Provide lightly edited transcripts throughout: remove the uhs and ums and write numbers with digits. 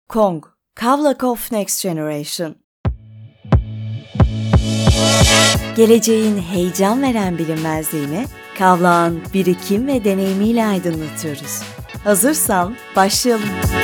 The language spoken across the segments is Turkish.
Kong, Kavlakov Next Generation. Geleceğin heyecan veren bilinmezliğini Kavlak'ın birikim ve deneyimiyle aydınlatıyoruz. Hazırsan başlayalım.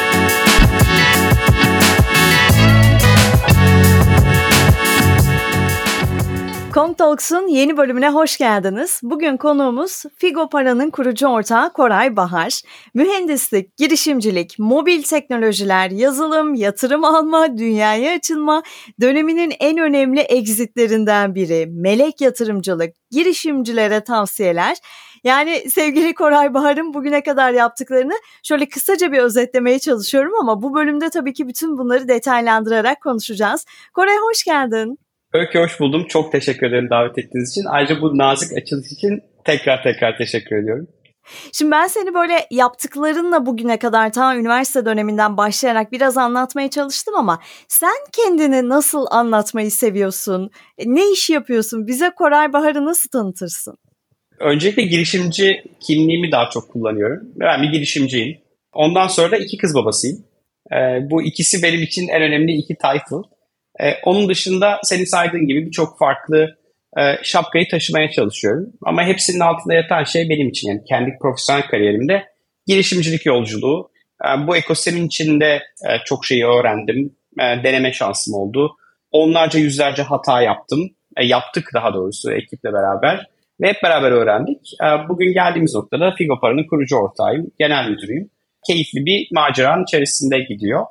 Kong Talks'un yeni bölümüne hoş geldiniz. Bugün konuğumuz Figo Para'nın kurucu ortağı Koray Bahar. Mühendislik, girişimcilik, mobil teknolojiler, yazılım, yatırım alma, dünyaya açılma, döneminin en önemli exitlerinden biri. Melek yatırımcılık, girişimcilere tavsiyeler. Yani sevgili Koray Bahar'ın bugüne kadar yaptıklarını şöyle kısaca bir özetlemeye çalışıyorum ama bu bölümde tabii ki bütün bunları detaylandırarak konuşacağız. Koray hoş geldin. Öykü hoş buldum. Çok teşekkür ederim davet ettiğiniz için. Ayrıca bu nazik açılış için tekrar teşekkür ediyorum. Şimdi ben seni böyle yaptıklarınla bugüne kadar ta üniversite döneminden başlayarak biraz anlatmaya çalıştım ama sen kendini nasıl anlatmayı seviyorsun? Ne iş yapıyorsun? Bize Koray Bahar'ı nasıl tanıtırsın? Öncelikle girişimci kimliğimi daha çok kullanıyorum. Ben bir girişimciyim. Ondan sonra da 2 kız babasıyım. Bu ikisi benim için en önemli 2 title. Onun dışında senin saydığın gibi birçok farklı şapkayı taşımaya çalışıyorum. Ama hepsinin altında yatan şey benim için, yani kendi profesyonel kariyerimde girişimcilik yolculuğu. Bu ekosistemin içinde çok şeyi öğrendim. Deneme şansım oldu. Onlarca yüzlerce hata yaptım. Yaptık daha doğrusu ekiple beraber. Ve hep beraber öğrendik. Bugün geldiğimiz noktada Figo Para'nın kurucu ortağıyım, genel müdürüyüm. Keyifli bir maceranın içerisinde gidiyor.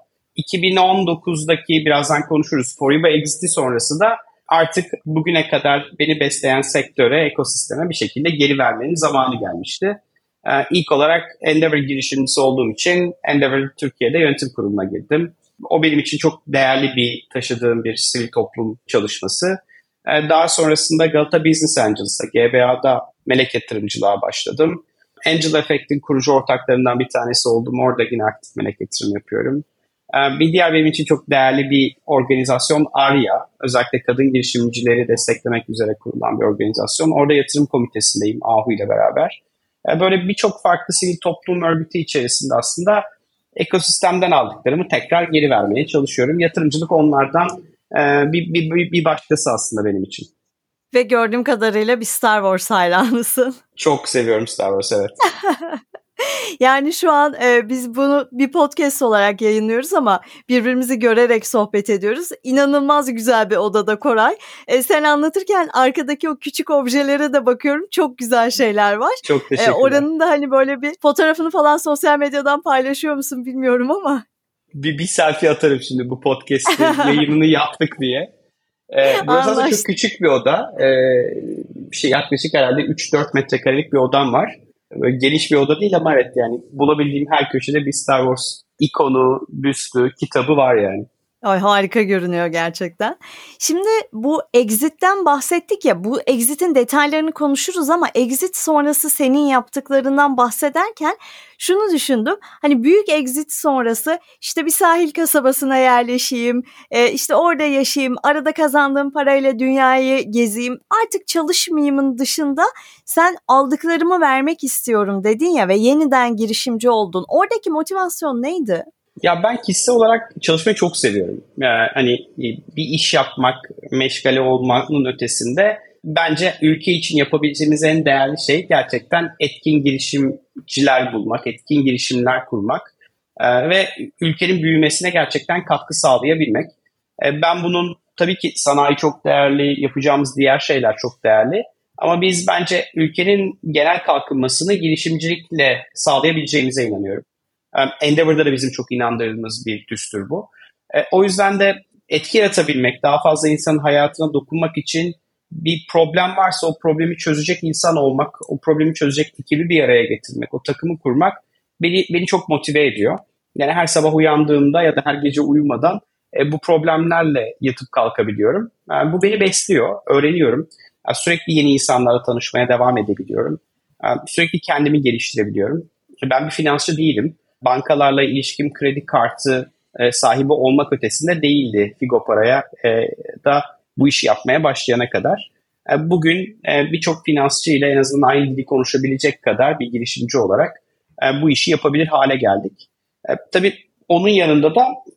2019'daki birazdan konuşuruz. Foriba exit'i sonrası da artık bugüne kadar beni besleyen sektöre, ekosisteme bir şekilde geri vermenin zamanı gelmişti. İlk olarak Endeavor girişimcisi olduğum için Endeavor Türkiye'de yönetim kuruluna girdim. O benim için çok değerli bir taşıdığım bir sivil toplum çalışması. Daha sonrasında Galata Business Angels'ta, GBA'da melek yatırımcılığa başladım. Angel Effect'in kurucu ortaklarından bir tanesi oldum. Orada yine aktif melek yatırım yapıyorum. Bir diğer benim için çok değerli bir organizasyon ARYA. Özellikle kadın girişimcileri desteklemek üzere kurulan bir organizasyon. Orada yatırım komitesindeyim AHU ile beraber. Böyle birçok farklı sivil toplum örgütü içerisinde aslında ekosistemden aldıklarımı tekrar geri vermeye çalışıyorum. Yatırımcılık onlardan bir başkası aslında benim için. Ve gördüğüm kadarıyla bir Star Wars hayranısın. Çok seviyorum Star Wars, evet. Yani şu an biz bunu bir podcast olarak yayınlıyoruz ama birbirimizi görerek sohbet ediyoruz. İnanılmaz güzel bir odada Koray. Sen anlatırken arkadaki o küçük objelere de bakıyorum. Çok güzel şeyler var. Çok teşekkürler. Oranın da hani böyle bir fotoğrafını falan sosyal medyadan paylaşıyor musun bilmiyorum ama. Bir selfie atarım şimdi bu podcast'in yayınını yaptık diye. Burası aslında çok küçük bir oda. Yaklaşık herhalde 3-4 metrekarelik bir odam var. Böyle geniş bir oda değil ama evet, yani bulabildiğim her köşede bir Star Wars ikonu, büstü, kitabı var yani. Ay harika görünüyor gerçekten. Şimdi bu exit'ten bahsettik ya, bu exit'in detaylarını konuşuruz ama exit sonrası senin yaptıklarından bahsederken şunu düşündüm. Hani büyük exit sonrası işte bir sahil kasabasına yerleşeyim, işte orada yaşayayım, arada kazandığım parayla dünyayı gezeyim, artık çalışmayayımın dışında sen aldıklarımı vermek istiyorum dedin ya ve yeniden girişimci oldun. Oradaki motivasyon neydi? Ya ben kişisel olarak çalışmayı çok seviyorum. Yani hani bir iş yapmak, meşgale olmanın ötesinde bence ülke için yapabileceğimiz en değerli şey gerçekten etkin girişimciler bulmak, etkin girişimler kurmak ve ülkenin büyümesine gerçekten katkı sağlayabilmek. Ben bunun tabii ki sanayi çok değerli, yapacağımız diğer şeyler çok değerli. Ama biz bence ülkenin genel kalkınmasını girişimcilikle sağlayabileceğimize inanıyorum. Endeavor'da da bizim çok inandırdığımız bir düstur bu. O yüzden de etki yaratabilmek, daha fazla insanın hayatına dokunmak için bir problem varsa o problemi çözecek insan olmak, o problemi çözecek ekibi bir araya getirmek, o takımı kurmak beni çok motive ediyor. Yani her sabah uyandığımda ya da her gece uyumadan bu problemlerle yatıp kalkabiliyorum. Bu beni besliyor, öğreniyorum. Sürekli yeni insanlarla tanışmaya devam edebiliyorum. Sürekli kendimi geliştirebiliyorum. Ben bir finansçı değilim. Bankalarla ilişkim kredi kartı sahibi olmak ötesinde değildi Figo Para'ya da bu işi yapmaya başlayana kadar. Bugün birçok finansçı ile en azından aynı dili konuşabilecek kadar bir girişimci olarak bu işi yapabilir hale geldik. Tabii onun yanında da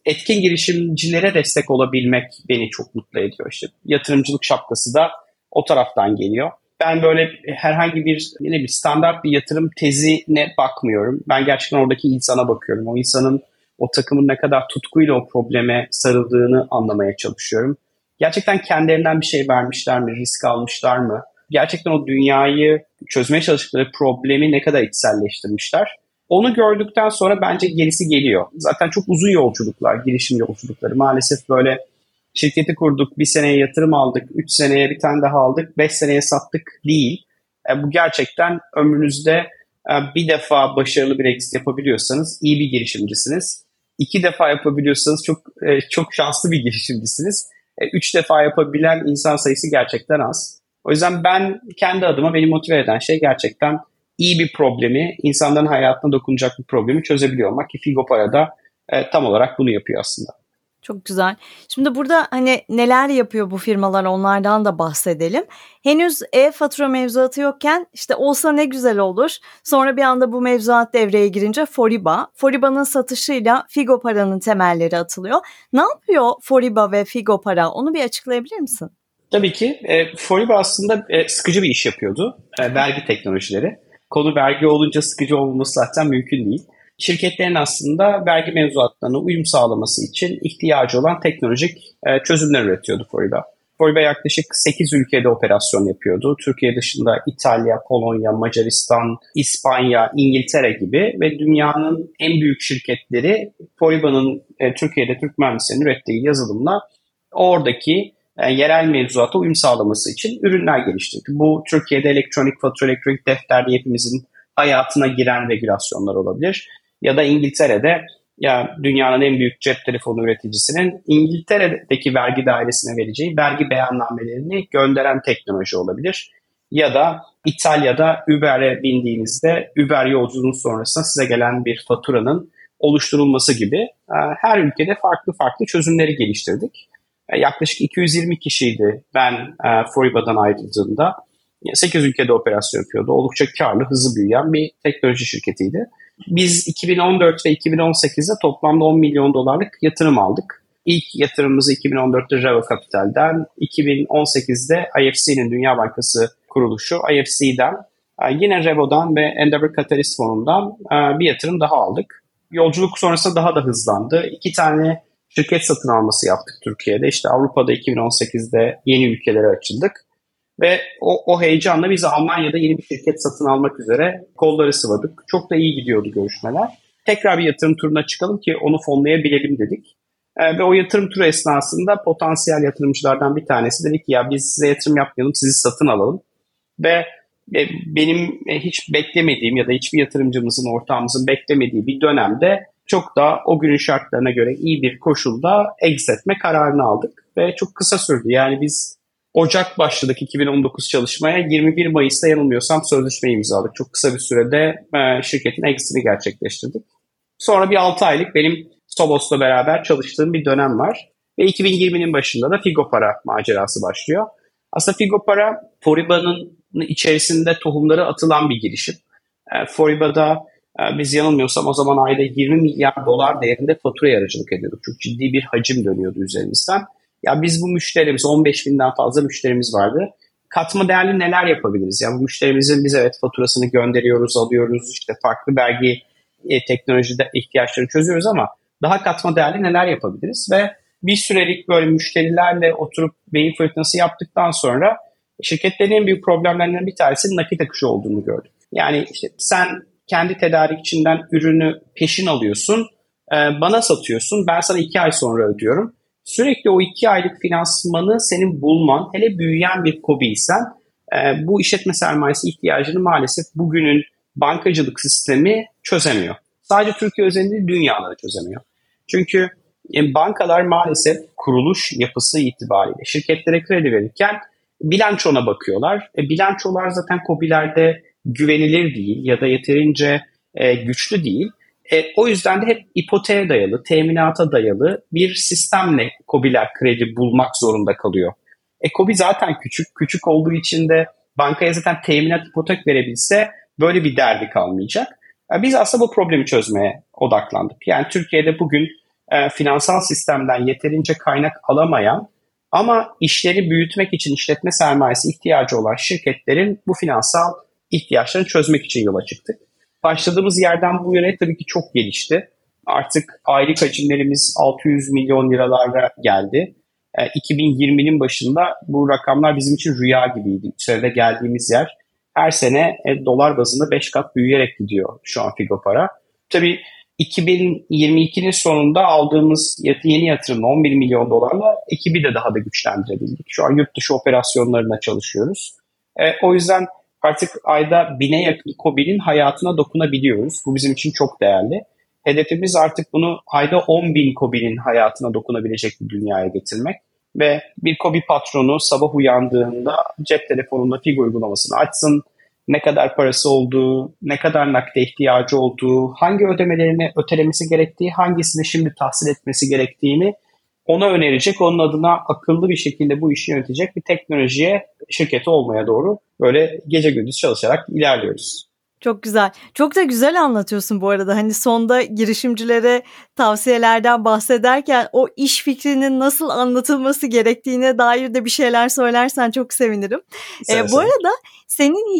etkin girişimcilere destek olabilmek beni çok mutlu ediyor. İşte yatırımcılık şapkası da o taraftan geliyor. Ben böyle herhangi bir yine bir standart bir yatırım tezine bakmıyorum. Ben gerçekten oradaki insana bakıyorum. O insanın, o takımın ne kadar tutkuyla o probleme sarıldığını anlamaya çalışıyorum. Gerçekten kendilerinden bir şey vermişler mi, risk almışlar mı? Gerçekten o dünyayı çözmeye çalıştıkları problemi ne kadar içselleştirmişler? Onu gördükten sonra bence gerisi geliyor. Zaten çok uzun yolculuklar, girişim yolculukları. Maalesef böyle şirketi kurduk, bir seneye yatırım aldık, 3 seneye bir tane daha aldık, 5 seneye sattık değil. Bu gerçekten ömrünüzde bir defa başarılı bir exit yapabiliyorsanız iyi bir girişimcisiniz. 2 defa yapabiliyorsanız çok şanslı bir girişimcisiniz. 3 defa yapabilen insan sayısı gerçekten az. O yüzden ben kendi adıma beni motive eden şey gerçekten iyi bir problemi, insanların hayatına dokunacak bir problemi çözebiliyor olmak ki Figo Para'da tam olarak bunu yapıyor aslında. Çok güzel. Şimdi burada hani neler yapıyor bu firmalar, onlardan da bahsedelim. Henüz e-fatura mevzuatı yokken işte olsa ne güzel olur. Sonra bir anda bu mevzuat devreye girince Foriba'nın satışıyla Figo Para'nın temelleri atılıyor. Ne yapıyor Foriba ve Figo Para? Onu bir açıklayabilir misin? Tabii ki. Foriba aslında sıkıcı bir iş yapıyordu. Vergi teknolojileri. Konu vergi olunca sıkıcı olması zaten mümkün değil. Şirketlerin aslında vergi mevzuatlarına uyum sağlaması için ihtiyacı olan teknolojik çözümler üretiyordu Foriba. Foriba yaklaşık 8 ülkede operasyon yapıyordu. Türkiye dışında İtalya, Polonya, Macaristan, İspanya, İngiltere gibi ve dünyanın en büyük şirketleri Foriba'nın Türkiye'de Türk mühendislerinin ürettiği yazılımla oradaki yerel mevzuata uyum sağlaması için ürünler geliştirdi. Bu Türkiye'de elektronik fatura, elektronik defter diye hepimizin hayatına giren regülasyonlar olabilir. Ya da İngiltere'de ya dünyanın en büyük cep telefonu üreticisinin İngiltere'deki vergi dairesine vereceği vergi beyannamelerini gönderen teknoloji olabilir. Ya da İtalya'da Uber'e bindiğinizde Uber yolculuğunun sonrasında size gelen bir faturanın oluşturulması gibi her ülkede farklı farklı çözümleri geliştirdik. Yaklaşık 220 kişiydi ben Foriba'dan ayrıldığımda. 8 ülkede operasyon yapıyordu. Oldukça karlı, hızlı büyüyen bir teknoloji şirketiydi. Biz 2014 ve 2018'de toplamda 10 milyon dolarlık yatırım aldık. İlk yatırımımızı 2014'te Revo Capital'den, 2018'de IFC'nin Dünya Bankası kuruluşu IFC'den, yine Revo'dan ve Endeavor Catalyst Fonu'ndan bir yatırım daha aldık. Yolculuk sonrasında daha da hızlandı. 2 tane şirket satın alması yaptık Türkiye'de. İşte Avrupa'da 2018'de yeni ülkelere açıldık. Ve o heyecanla biz Almanya'da yeni bir şirket satın almak üzere kolları sıvadık. Çok da iyi gidiyordu görüşmeler. Tekrar bir yatırım turuna çıkalım ki onu fonlayabilelim dedik. Ve o yatırım turu esnasında potansiyel yatırımcılardan bir tanesi dedi ki ya biz size yatırım yapmayalım, sizi satın alalım. Ve benim hiç beklemediğim ya da hiçbir yatırımcımızın, ortağımızın beklemediği bir dönemde çok da o günün şartlarına göre iyi bir koşulda exit etme kararını aldık. Ve çok kısa sürdü. Yani biz Ocak başladık 2019 çalışmaya. 21 Mayıs'ta yanılmıyorsam sözleşmeyi imzaladık. Çok kısa bir sürede şirketin exit'ini gerçekleştirdik. Sonra bir 6 aylık benim Sobos'la beraber çalıştığım bir dönem var. Ve 2020'nin başında da Figo Para macerası başlıyor. Aslında Figo Para, Foriba'nın içerisinde tohumları atılan bir girişim. Foriba'da biz yanılmıyorsam o zaman ayda 20 milyar dolar değerinde fatura aracılık ediyorduk. Çok ciddi bir hacim dönüyordu üzerimizden. Ya biz bu müşterimiz, 15 binden fazla müşterimiz vardı. Katma değerli neler yapabiliriz? Ya bu müşterimizin biz evet faturasını gönderiyoruz, alıyoruz, işte farklı vergi teknolojide ihtiyaçlarını çözüyoruz ama daha katma değerli neler yapabiliriz? Ve bir sürelik böyle müşterilerle oturup beyin fırtınası yaptıktan sonra şirketlerin en büyük problemlerinden bir tanesi nakit akışı olduğunu gördük. Yani işte sen kendi tedarikçinden ürünü peşin alıyorsun, bana satıyorsun, ben sana 2 ay sonra ödüyorum. Sürekli o 2 aylık finansmanı senin bulman, hele büyüyen bir KOBİ'ysen bu işletme sermayesi ihtiyacını maalesef bugünün bankacılık sistemi çözemiyor. Sadece Türkiye özelinde dünyada da çözemiyor. Çünkü bankalar maalesef kuruluş yapısı itibariyle şirketlere kredi verirken bilançona bakıyorlar. Bilançolar zaten KOBİ'lerde güvenilir değil ya da yeterince güçlü değil. O yüzden de hep ipoteğe dayalı, teminata dayalı bir sistemle KOBİ'ler kredi bulmak zorunda kalıyor. KOBİ zaten küçük olduğu için de bankaya zaten teminat, ipotek verebilse böyle bir derdi kalmayacak. Biz aslında bu problemi çözmeye odaklandık. Yani Türkiye'de bugün finansal sistemden yeterince kaynak alamayan ama işleri büyütmek için işletme sermayesi ihtiyacı olan şirketlerin bu finansal ihtiyaçlarını çözmek için yola çıktık. Başladığımız yerden bu yöne tabii ki çok gelişti. Artık aylık hacimlerimiz 600 milyon liralara geldi. 2020'nin başında bu rakamlar bizim için rüya gibiydi. İçeride geldiğimiz yer her sene dolar bazında 5 kat büyüyerek gidiyor şu an Figopara. Tabii 2022'nin sonunda aldığımız yeni yatırımla 11 milyon dolarla ekibi de daha da güçlendirebildik. Şu an yurt dışı operasyonlarına çalışıyoruz. O yüzden artık ayda 1000'e yakın KOBİ'nin hayatına dokunabiliyoruz. Bu bizim için çok değerli. Hedefimiz artık bunu ayda 10.000 KOBİ'nin hayatına dokunabilecek bir dünyaya getirmek. Ve bir KOBİ patronu sabah uyandığında cep telefonunda Figo uygulamasını açsın, ne kadar parası olduğu, ne kadar nakde ihtiyacı olduğu, hangi ödemelerini ötelemesi gerektiği, hangisini şimdi tahsil etmesi gerektiğini ona önerecek, onun adına akıllı bir şekilde bu işi yönetecek bir teknolojiye şirketi olmaya doğru böyle gece gündüz çalışarak ilerliyoruz. Çok güzel. Çok da güzel anlatıyorsun bu arada. Hani sonda girişimcilere tavsiyelerden bahsederken o iş fikrinin nasıl anlatılması gerektiğine dair de bir şeyler söylersen çok sevinirim. Bu arada senin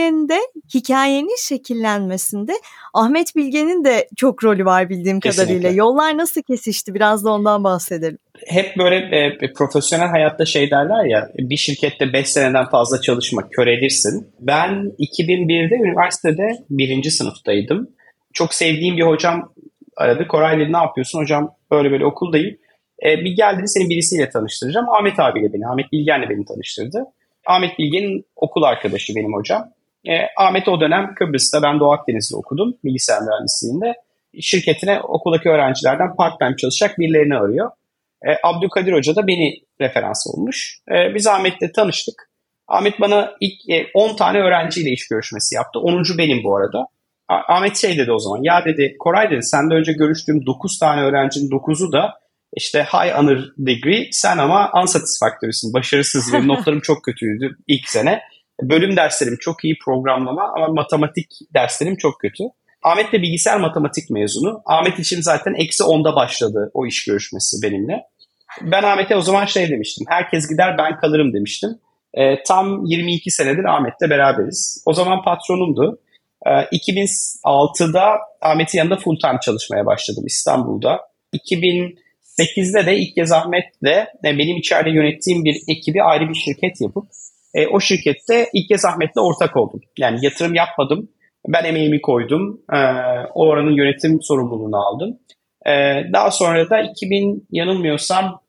hikayenin şekillenmesinde Ahmet Bilge'nin de çok rolü var bildiğim Kesinlikle. kadarıyla. Yollar nasıl kesişti? Biraz da ondan bahsedelim. Hep böyle profesyonel hayatta şey derler ya, bir şirkette 5 seneden fazla çalışma, körelirsin. Ben 2001'de üniversitede 1. sınıftaydım. Çok sevdiğim bir hocam aradı. Koray dedi, ne yapıyorsun hocam? Böyle okuldayım. Bir gel dedi, seni birisiyle tanıştıracağım. Ahmet abiyle beni, Ahmet Bilgen'le beni tanıştırdı. Ahmet Bilgen'in okul arkadaşı benim hocam. Ahmet o dönem Kıbrıs'ta, ben Doğu Akdeniz'de okudum bilgisayar mühendisliğinde. Şirketine okuldaki öğrencilerden part-time çalışacak birilerini arıyor. Abdülkadir Hoca da beni referans olmuş. Biz Ahmet'le tanıştık. Ahmet bana ilk 10 tane öğrenciyle iş görüşmesi yaptı. 10. benim bu arada. Ahmet şey dedi o zaman. Ya dedi, Koray dedi, senden önce görüştüğüm 9 tane öğrencinin 9'u da işte high honor degree, sen ama unsatisfactory'sin, başarısız. Benim notlarım çok kötüydü ilk sene. Bölüm derslerim çok iyi, programlama, ama matematik derslerim çok kötü. Ahmet de bilgisayar matematik mezunu. Ahmet için zaten -10'da başladı o iş görüşmesi benimle. Ben Ahmet'e o zaman şey demiştim. Herkes gider, ben kalırım demiştim. Tam 22 senedir Ahmet'le beraberiz. O zaman patronumdu. 2006'da Ahmet'in yanında full time çalışmaya başladım İstanbul'da. 2008'de de ilk kez Ahmet'le benim içeride yönettiğim bir ekibi ayrı bir şirket yapıp o şirkette ilk kez Ahmet'le ortak oldum. Yani yatırım yapmadım. Ben emeğimi koydum. O oranın yönetim sorumluluğunu aldım. Daha sonra da 2000 yanılmıyorsam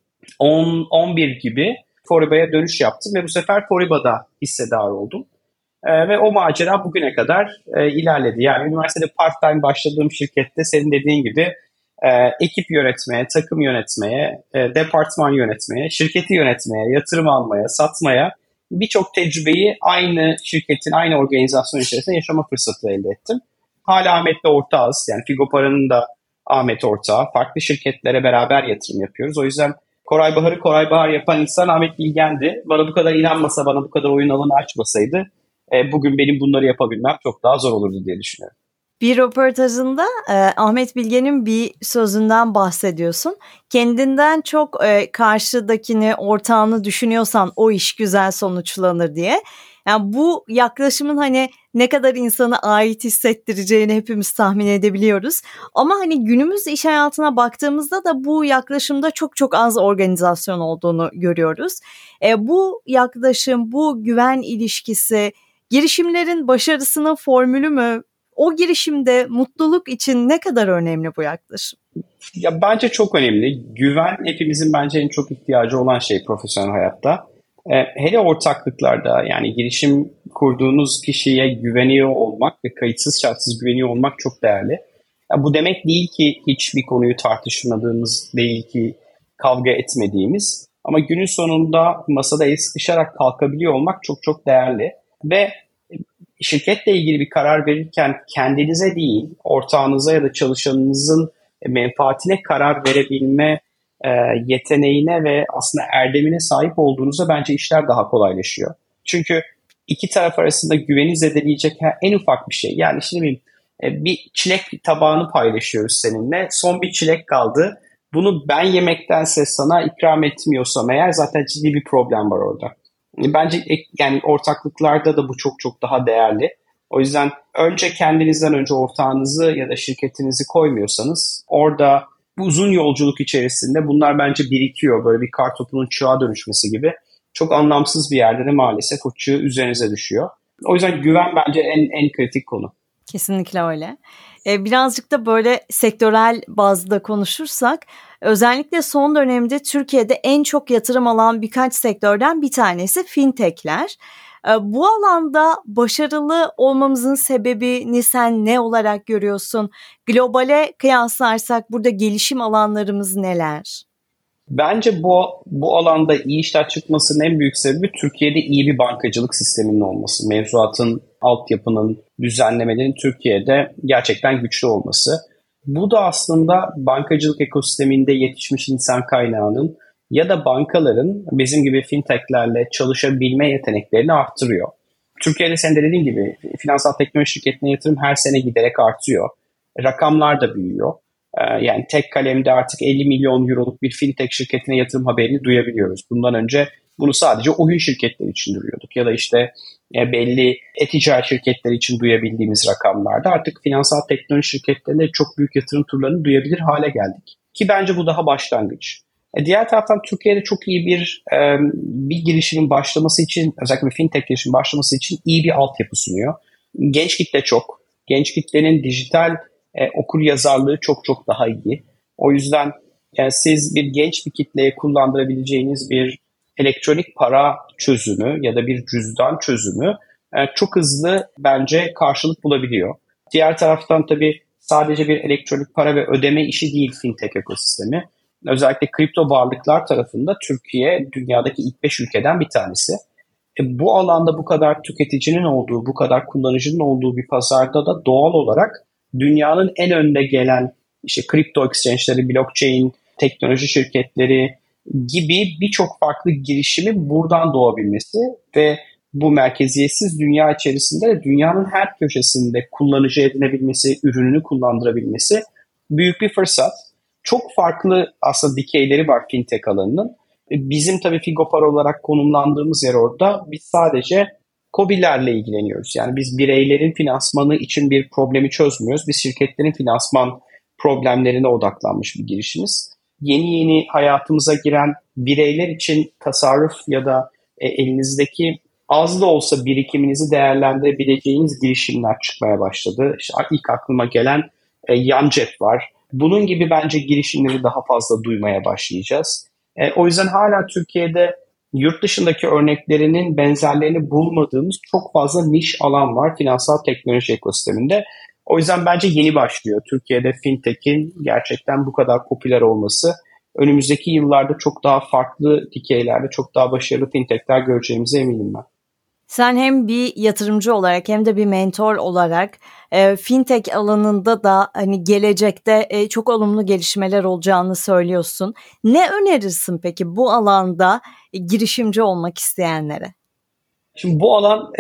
11 gibi Foriba'ya dönüş yaptım ve bu sefer Foriba'da hissedar oldum. Ve o macera bugüne kadar ilerledi. Yani üniversitede part-time başladığım şirkette senin dediğin gibi ekip yönetmeye, takım yönetmeye, departman yönetmeye, şirketi yönetmeye, yatırım almaya, satmaya birçok tecrübeyi aynı şirketin, aynı organizasyon içerisinde yaşama fırsatı elde ettim. Hala Ahmet'le ortağız. Yani Figopara'nın da Ahmet ortağı. Farklı şirketlere beraber yatırım yapıyoruz. O yüzden Koray Bahar'ı Koray Bahar yapan insan Ahmet Bilgen'di. Bana bu kadar inanmasa, bana bu kadar oyun alanı açmasaydı bugün benim bunları yapabilmem çok daha zor olurdu diye düşünüyorum. Bir röportajında Ahmet Bilge'nin bir sözünden bahsediyorsun. Kendinden çok karşıdakini, ortağını düşünüyorsan o iş güzel sonuçlanır diye. Yani bu yaklaşımın hani ne kadar insana ait hissettireceğini hepimiz tahmin edebiliyoruz. Ama hani günümüz iş hayatına baktığımızda da bu yaklaşımda çok çok az organizasyon olduğunu görüyoruz. Bu yaklaşım, bu güven ilişkisi girişimlerin başarısının formülü mü? O girişimde mutluluk için ne kadar önemli bu yaklaşım? Ya bence çok önemli. Güven hepimizin bence en çok ihtiyacı olan şey profesyonel hayatta. Hele ortaklıklarda, yani girişim kurduğunuz kişiye güveniyor olmak ve kayıtsız şartsız güveniyor olmak çok değerli. Ya bu demek değil ki hiçbir konuyu tartışmadığımız, değil ki kavga etmediğimiz, ama günün sonunda masada el sıkışarak kalkabiliyor olmak çok çok değerli. Ve şirketle ilgili bir karar verirken kendinize değil, ortağınıza ya da çalışanınızın menfaatine karar verebilme yeteneğine ve aslında erdemine sahip olduğunuzda bence işler daha kolaylaşıyor. Çünkü iki taraf arasında güveni zedeleyecek en ufak bir şey. Yani şimdi bir çilek tabağını paylaşıyoruz seninle. Son bir çilek kaldı. Bunu ben yemektense sana ikram etmiyorsam eğer zaten ciddi bir problem var orada. Bence yani ortaklıklarda da bu çok çok daha değerli. O yüzden önce kendinizden önce ortağınızı ya da şirketinizi koymuyorsanız orada bu uzun yolculuk içerisinde bunlar bence birikiyor. Böyle bir kartopunun çığa dönüşmesi gibi. Çok anlamsız bir yerde de maalesef o çığ üzerinize düşüyor. O yüzden güven bence en kritik konu. Kesinlikle öyle. Birazcık da böyle sektörel bazda konuşursak, özellikle son dönemde Türkiye'de en çok yatırım alan birkaç sektörden bir tanesi fintechler. Bu alanda başarılı olmamızın sebebini sen ne olarak görüyorsun? Globale kıyaslarsak burada gelişim alanlarımız neler? Bence bu alanda iyi işler çıkmasının en büyük sebebi Türkiye'de iyi bir bankacılık sisteminin olması. Mevzuatın, altyapının, düzenlemelerin Türkiye'de gerçekten güçlü olması. Bu da aslında bankacılık ekosisteminde yetişmiş insan kaynağının ya da bankaların bizim gibi fintechlerle çalışabilme yeteneklerini arttırıyor. Türkiye'de senin de dediğin gibi finansal teknoloji şirketine yatırım her sene giderek artıyor. Rakamlar da büyüyor. Yani tek kalemde artık 50 milyon euroluk bir fintech şirketine yatırım haberini duyabiliyoruz. Bundan önce bunu sadece oyun şirketleri için duyuyorduk. Ya da işte belli e-ticaret şirketleri için duyabildiğimiz rakamlarda artık finansal teknoloji şirketlerine çok büyük yatırım turlarını duyabilir hale geldik. Ki bence bu daha başlangıç. Diğer taraftan Türkiye'de çok iyi bir girişimin başlaması için, özellikle bir fintech girişimin başlaması için iyi bir altyapı sunuyor. Genç kitle çok. Genç kitlenin dijital okur yazarlığı çok çok daha iyi. O yüzden siz bir genç bir kitleye kullandırabileceğiniz bir elektronik para çözümü ya da bir cüzdan çözümü çok hızlı bence karşılık bulabiliyor. Diğer taraftan tabii sadece bir elektronik para ve ödeme işi değil fintech ekosistemi. Özellikle kripto varlıklar tarafında Türkiye dünyadaki ilk 5 ülkeden bir tanesi. Bu alanda bu kadar tüketicinin olduğu, bu kadar kullanıcının olduğu bir pazarda da doğal olarak dünyanın en önde gelen işte kripto exchange'leri, blockchain, teknoloji şirketleri gibi birçok farklı girişimin buradan doğabilmesi ve bu merkeziyetsiz dünya içerisinde de dünyanın her köşesinde kullanıcı edinebilmesi, ürününü kullandırabilmesi büyük bir fırsat. Çok farklı aslında dikeyleri var fintech alanının. Bizim tabii Figopar olarak konumlandığımız yer orada. Biz sadece KOBİ'lerle ilgileniyoruz. Yani biz bireylerin finansmanı için bir problemi çözmüyoruz. Biz şirketlerin finansman problemlerine odaklanmış bir girişimiz. Yeni hayatımıza giren bireyler için tasarruf ya da elinizdeki az da olsa birikiminizi değerlendirebileceğiniz girişimler çıkmaya başladı. İşte ilk aklıma gelen Yan Cep var. Bunun gibi bence girişimleri daha fazla duymaya başlayacağız. O yüzden hala Türkiye'de yurt dışındaki örneklerinin benzerlerini bulmadığımız çok fazla niş alan var finansal teknoloji ekosisteminde. O yüzden bence yeni başlıyor. Türkiye'de fintech'in gerçekten bu kadar popüler olması. Önümüzdeki yıllarda çok daha farklı dikeylerde çok daha başarılı fintech'ler göreceğimize eminim ben. Sen hem bir yatırımcı olarak hem de bir mentor olarak fintech alanında da hani gelecekte çok olumlu gelişmeler olacağını söylüyorsun. Ne önerirsin peki bu alanda girişimci olmak isteyenlere? Şimdi bu alan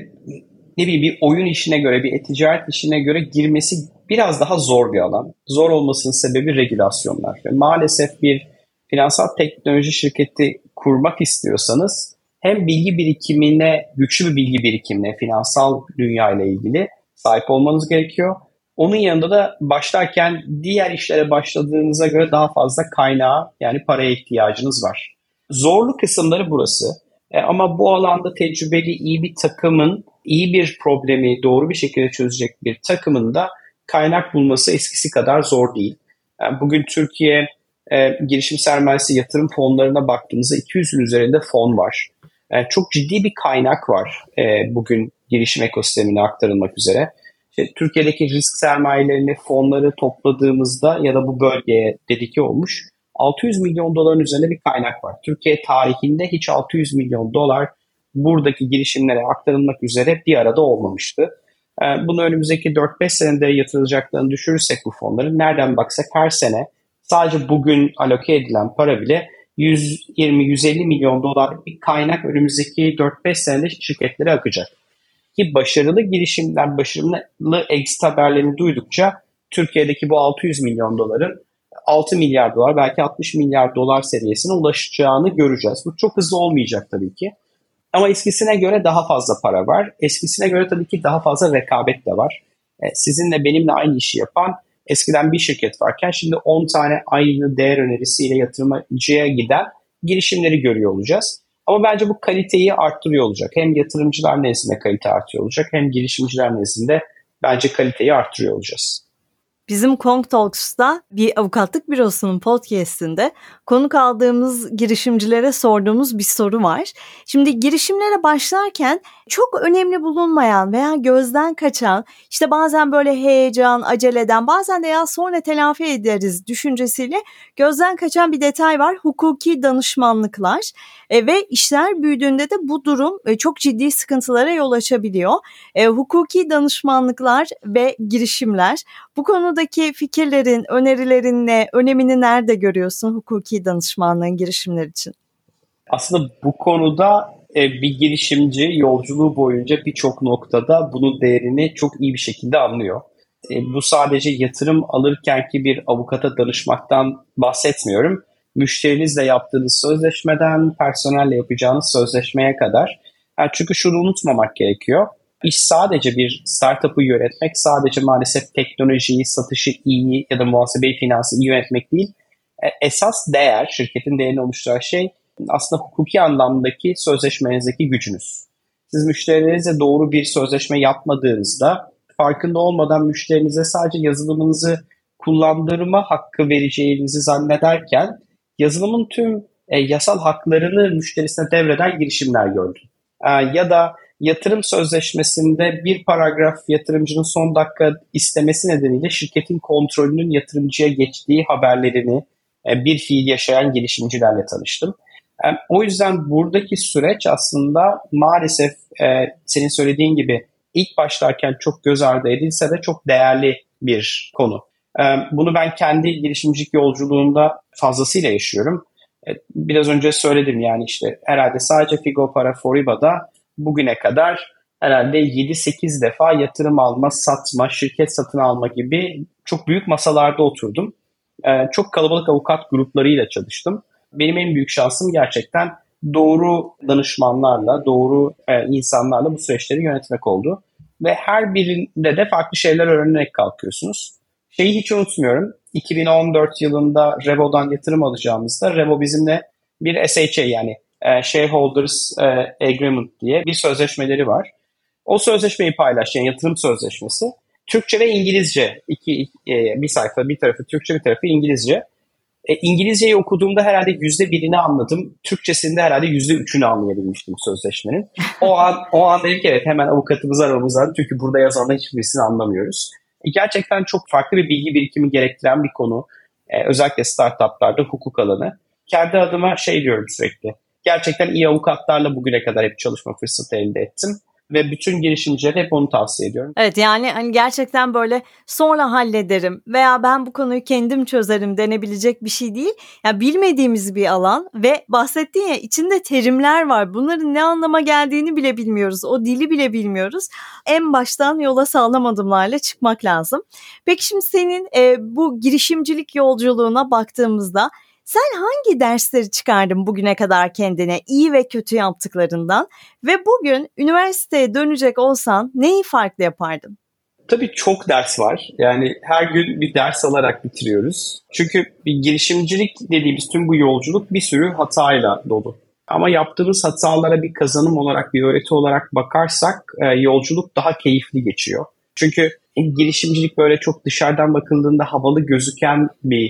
ne bileyim bir oyun işine göre, bir ticaret işine göre girmesi biraz daha zor bir alan. Zor olmasının sebebi regülasyonlar. Ve maalesef bir finansal teknoloji şirketi kurmak istiyorsanız hem bilgi birikimine, güçlü bir bilgi birikimine, finansal dünya ile ilgili sahip olmanız gerekiyor. Onun yanında da başlarken diğer işlere başladığınıza göre daha fazla kaynağa yani paraya ihtiyacınız var. Zorlu kısımları burası. Ama bu alanda tecrübeli iyi bir takımın, iyi bir problemi doğru bir şekilde çözecek bir takımın da kaynak bulması eskisi kadar zor değil. Bugün Türkiye girişim sermayesi yatırım fonlarına baktığımızda 200'ün üzerinde fon var. Çok ciddi bir kaynak var bugün girişim ekosistemine aktarılmak üzere. İşte Türkiye'deki risk sermayelerini, fonları topladığımızda ya da bu bölgeye dedike olmuş 600 milyon doların üzerinde bir kaynak var. Türkiye tarihinde hiç 600 milyon dolar buradaki girişimlere aktarılmak üzere bir arada olmamıştı. Bunu önümüzdeki 4-5 senede yatırılacaklarını düşürürsek bu fonları nereden baksak her sene sadece bugün aloke edilen para bile 120-150 milyon dolarlık bir kaynak önümüzdeki 4-5 senede şirketlere akacak. Ki başarılı girişimler, başarılı exit haberlerini duydukça Türkiye'deki bu 600 milyon doların 6 milyar dolar belki 60 milyar dolar seviyesine ulaşacağını göreceğiz. Bu çok hızlı olmayacak tabii ki. Ama eskisine göre daha fazla para var. Eskisine göre tabii ki daha fazla rekabet de var. Sizinle benimle aynı işi yapan eskiden bir şirket varken şimdi 10 tane aynı değer önerisiyle yatırımcıya giden girişimleri görüyor olacağız. Ama bence bu kaliteyi arttırıyor olacak. Hem yatırımcılar nezdinde kalite artıyor olacak hem girişimciler nezdinde bence kaliteyi arttırıyor olacağız. Bizim Kong Talks'ta bir avukatlık bürosunun podcast'inde konuk aldığımız girişimcilere sorduğumuz bir soru var. Şimdi girişimlere başlarken çok önemli bulunmayan veya gözden kaçan, işte bazen böyle heyecan, aceleden, bazen de ya sonra telafi ederiz düşüncesiyle gözden kaçan bir detay var. Hukuki danışmanlıklar ve işler büyüdüğünde de bu durum çok ciddi sıkıntılara yol açabiliyor. Hukuki danışmanlıklar ve girişimler, bu konudaki fikirlerin, önerilerin ne, önemini nerede görüyorsun hukuki danışmanlığın girişimler için? Aslında bu konuda bir girişimci yolculuğu boyunca birçok noktada bunun değerini çok iyi bir şekilde anlıyor. Bu sadece yatırım alırkenki bir avukata danışmaktan bahsetmiyorum. Müşterinizle yaptığınız sözleşmeden, personelle yapacağınız sözleşmeye kadar. Çünkü şunu unutmamak gerekiyor. İş sadece bir startup'ı yönetmek, sadece maalesef teknolojiyi, satışı iyi ya da muhasebeyi, finansı iyi yönetmek değil. Esas değer, şirketin değerini oluşturan şey aslında hukuki anlamdaki sözleşmenizdeki gücünüz. Siz müşterilerinizle doğru bir sözleşme yapmadığınızda farkında olmadan müşterinize sadece yazılımınızı kullandırma hakkı vereceğinizi zannederken yazılımın tüm yasal haklarını müşterisine devreden girişimler gördüm. Ya da yatırım sözleşmesinde bir paragraf yatırımcının son dakika istemesi nedeniyle şirketin kontrolünün yatırımcıya geçtiği haberlerini bir fiil yaşayan girişimcilerle tanıştım. O yüzden buradaki süreç aslında maalesef senin söylediğin gibi ilk başlarken çok göz ardı edilse de çok değerli bir konu. Bunu ben kendi girişimcilik yolculuğunda fazlasıyla yaşıyorum. Biraz önce söyledim yani işte herhalde sadece Figo Para Foriba'da bugüne kadar herhalde 7-8 defa yatırım alma, satma, şirket satın alma gibi çok büyük masalarda oturdum. Çok kalabalık avukat gruplarıyla çalıştım. Benim en büyük şansım gerçekten doğru danışmanlarla, doğru insanlarla bu süreçleri yönetmek oldu. Ve her birinde de farklı şeyler öğrenerek kalkıyorsunuz. Şeyi hiç unutmuyorum. 2014 yılında Revo'dan yatırım alacağımızda Revo bizimle bir SHA yani Shareholders Agreement diye bir sözleşmeleri var. O sözleşmeyi paylaşan yatırım sözleşmesi Türkçe ve İngilizce bir sayfa, bir tarafı Türkçe bir tarafı İngilizce. İngilizceyi okuduğumda herhalde %1'ini anladım. Türkçesinde herhalde %3'ünü anlayabilmiştim sözleşmenin. O an dedim ki evet hemen avukatımızı aramamız lazım. Çünkü burada yazanların hiçbirisini anlamıyoruz. Gerçekten çok farklı bir bilgi birikimi gerektiren bir konu. Özellikle startuplarda hukuk alanı. Kendi adıma şey diyorum sürekli. Gerçekten iyi avukatlarla bugüne kadar hep çalışma fırsatı elde ettim. Ve bütün girişimcilere hep onu tavsiye ediyorum. Evet yani hani gerçekten böyle sonra hallederim veya ben bu konuyu kendim çözerim denebilecek bir şey değil. Yani bilmediğimiz bir alan ve bahsettiğin ya içinde terimler var. Bunların ne anlama geldiğini bile bilmiyoruz. O dili bile bilmiyoruz. En baştan yola sağlam adımlarla çıkmak lazım. Peki şimdi senin bu girişimcilik yolculuğuna baktığımızda sen hangi dersleri çıkardın bugüne kadar kendine, iyi ve kötü yaptıklarından ve bugün üniversiteye dönecek olsan neyi farklı yapardın? Tabii çok ders var. Yani her gün bir ders alarak bitiriyoruz. Çünkü bir girişimcilik dediğimiz tüm bu yolculuk bir sürü hatayla dolu. Ama yaptığımız hatalara bir kazanım olarak, bir öğreti olarak bakarsak yolculuk daha keyifli geçiyor. Çünkü girişimcilik böyle çok dışarıdan bakıldığında havalı gözüken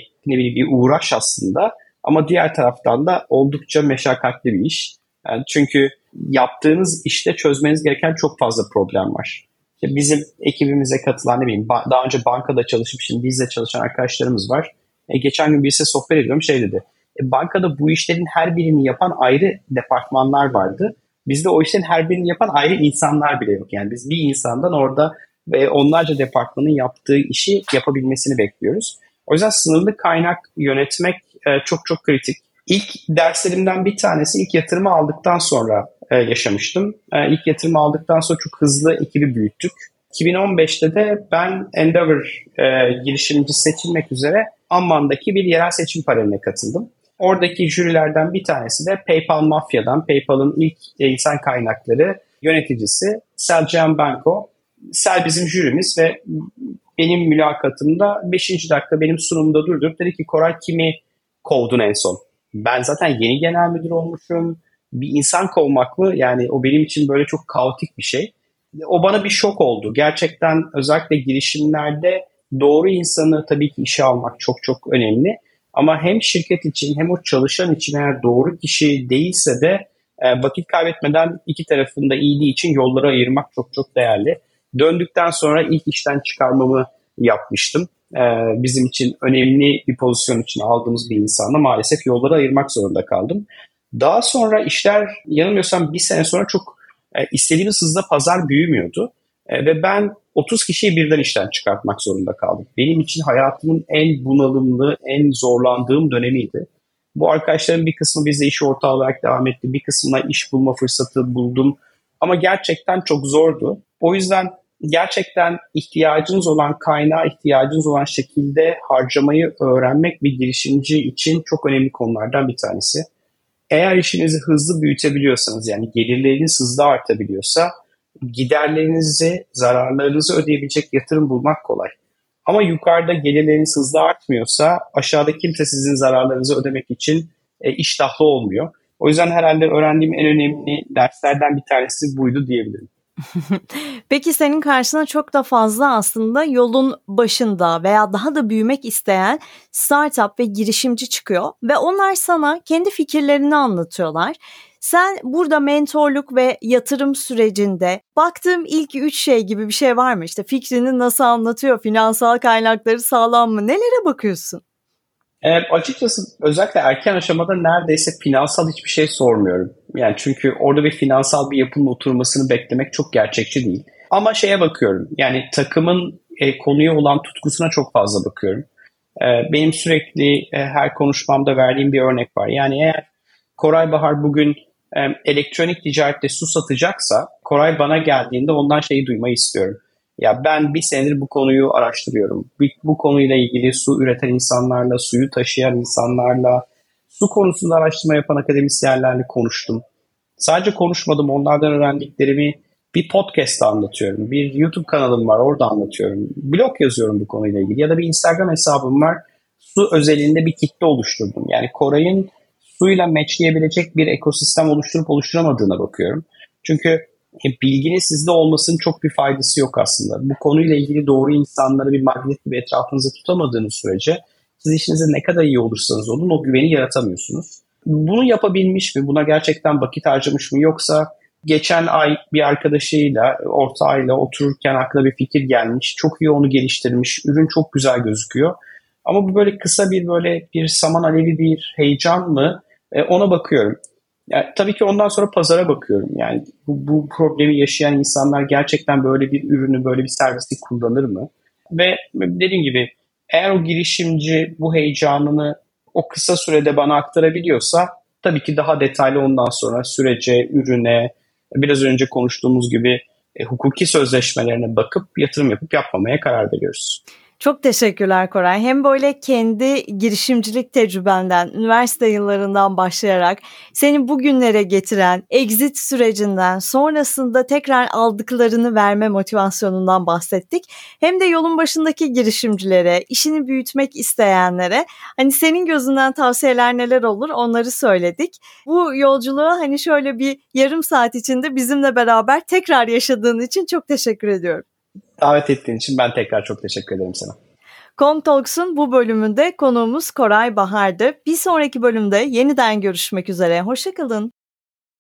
bir uğraş aslında. Ama diğer taraftan da oldukça meşakkatli bir iş. Yani çünkü yaptığınız işte çözmeniz gereken çok fazla problem var. İşte bizim ekibimize katılan daha önce bankada çalışıp şimdi bizle çalışan arkadaşlarımız var. Geçen gün birisi sohbet ediyorum dedi. Bankada bu işlerin her birini yapan ayrı departmanlar vardı. Bizde o işlerin her birini yapan ayrı insanlar bile yok. Yani biz bir insandan orada ve onlarca departmanın yaptığı işi yapabilmesini bekliyoruz. O yüzden sınırlı kaynak yönetmek çok çok kritik. İlk derslerimden bir tanesi ilk yatırımı aldıktan sonra yaşamıştım. İlk yatırımı aldıktan sonra çok hızlı ekibi büyüttük. 2015'te de ben Endeavor girişimci seçilmek üzere Amman'daki bir yerel seçim paneline katıldım. Oradaki jürilerden bir tanesi de PayPal Mafya'dan, PayPal'ın ilk insan kaynakları yöneticisi Selcan Banko. Sel bizim jürimiz ve benim mülakatımda 5. dakika benim sunumda durdurup dedi ki Koray kimi kovdun en son? Ben zaten yeni genel müdür olmuşum. Bir insan kovmak mı? Yani o benim için böyle çok kaotik bir şey. O bana bir şok oldu. Gerçekten özellikle girişimlerde doğru insanı tabii ki işe almak çok çok önemli. Ama hem şirket için hem o çalışan için eğer doğru kişi değilse de vakit kaybetmeden iki tarafında iyiliği için yolları ayırmak çok çok değerli. Döndükten sonra ilk işten çıkarmamı yapmıştım. Bizim için önemli bir pozisyon için aldığımız bir insanla maalesef yolları ayırmak zorunda kaldım. Daha sonra işler yanılmıyorsam bir sene sonra çok istediğimiz hızda pazar büyümüyordu. Ve ben 30 kişiyi birden işten çıkartmak zorunda kaldım. Benim için hayatımın en bunalımlı, en zorlandığım dönemiydi. Bu arkadaşların bir kısmı bizle iş ortağı olarak devam etti. Bir kısmına iş bulma fırsatı buldum. Ama gerçekten çok zordu. O yüzden gerçekten ihtiyacınız olan kaynağı ihtiyacınız olan şekilde harcamayı öğrenmek bir girişimci için çok önemli konulardan bir tanesi. Eğer işinizi hızlı büyütebiliyorsanız yani gelirleriniz hızlı artabiliyorsa giderlerinizi, zararlarınızı ödeyebilecek yatırım bulmak kolay. Ama yukarıda gelirleriniz hızlı artmıyorsa aşağıda kimse sizin zararlarınızı ödemek için iştahlı olmuyor. O yüzden herhalde öğrendiğim en önemli derslerden bir tanesi buydu diyebilirim. Peki senin karşına çok da fazla aslında yolun başında veya daha da büyümek isteyen startup ve girişimci çıkıyor ve onlar sana kendi fikirlerini anlatıyorlar. Sen burada mentorluk ve yatırım sürecinde baktığım ilk 3 şey gibi bir şey var mı? İşte fikrini nasıl anlatıyor, finansal kaynakları sağlam mı? Nelere bakıyorsun? Açıkçası özellikle erken aşamada neredeyse finansal hiçbir şey sormuyorum. Yani çünkü orada bir finansal bir yapının oturmasını beklemek çok gerçekçi değil. Ama şeye bakıyorum. Yani takımın konuya olan tutkusuna çok fazla bakıyorum. Benim sürekli her konuşmamda verdiğim bir örnek var. Yani eğer Koray Bahar bugün elektronik ticarette su satacaksa Koray bana geldiğinde ondan şeyi duymayı istiyorum. Ya ben bir senedir bu konuyu araştırıyorum. Bu konuyla ilgili su üreten insanlarla, suyu taşıyan insanlarla, su konusunda araştırma yapan akademisyenlerle konuştum. Sadece konuşmadım, onlardan öğrendiklerimi bir podcast'ta anlatıyorum. Bir YouTube kanalım var, orada anlatıyorum. Blog yazıyorum bu konuyla ilgili. Ya da bir Instagram hesabım var. Su özelinde bir kitle oluşturdum. Yani Koray'ın suyla matchleyebilecek bir ekosistem oluşturup oluşturamadığına bakıyorum. Çünkü bilginin sizde olmasının çok bir faydası yok aslında. Bu konuyla ilgili doğru insanları bir magnet gibi etrafınıza tutamadığınız sürece siz işinize ne kadar iyi olursanız olun o güveni yaratamıyorsunuz. Bunu yapabilmiş mi? Buna gerçekten vakit harcamış mı? Yoksa geçen ay bir arkadaşıyla, ortağıyla otururken aklına bir fikir gelmiş. Çok iyi onu geliştirmiş. Ürün çok güzel gözüküyor. Ama bu böyle kısa bir saman alevi bir heyecan mı? Ona bakıyorum. Yani tabii ki ondan sonra pazara bakıyorum. Yani bu problemi yaşayan insanlar gerçekten böyle bir ürünü, böyle bir servisi kullanır mı? Ve dediğim gibi eğer o girişimci bu heyecanını o kısa sürede bana aktarabiliyorsa tabii ki daha detaylı ondan sonra sürece, ürüne, biraz önce konuştuğumuz gibi hukuki sözleşmelerine bakıp yatırım yapıp yapmamaya karar veriyoruz. Çok teşekkürler Koray. Hem böyle kendi girişimcilik tecrübenden, üniversite yıllarından başlayarak seni bugünlere getiren exit sürecinden, sonrasında tekrar aldıklarını verme motivasyonundan bahsettik. Hem de yolun başındaki girişimcilere, işini büyütmek isteyenlere hani senin gözünden tavsiyeler neler olur onları söyledik. Bu yolculuğu hani şöyle bir yarım saat içinde bizimle beraber tekrar yaşadığın için çok teşekkür ediyorum. Davet ettiğin için ben tekrar çok teşekkür ederim sana. Comtalks'un bu bölümünde konuğumuz Koray Bahar'dı. Bir sonraki bölümde yeniden görüşmek üzere. Hoşça kalın.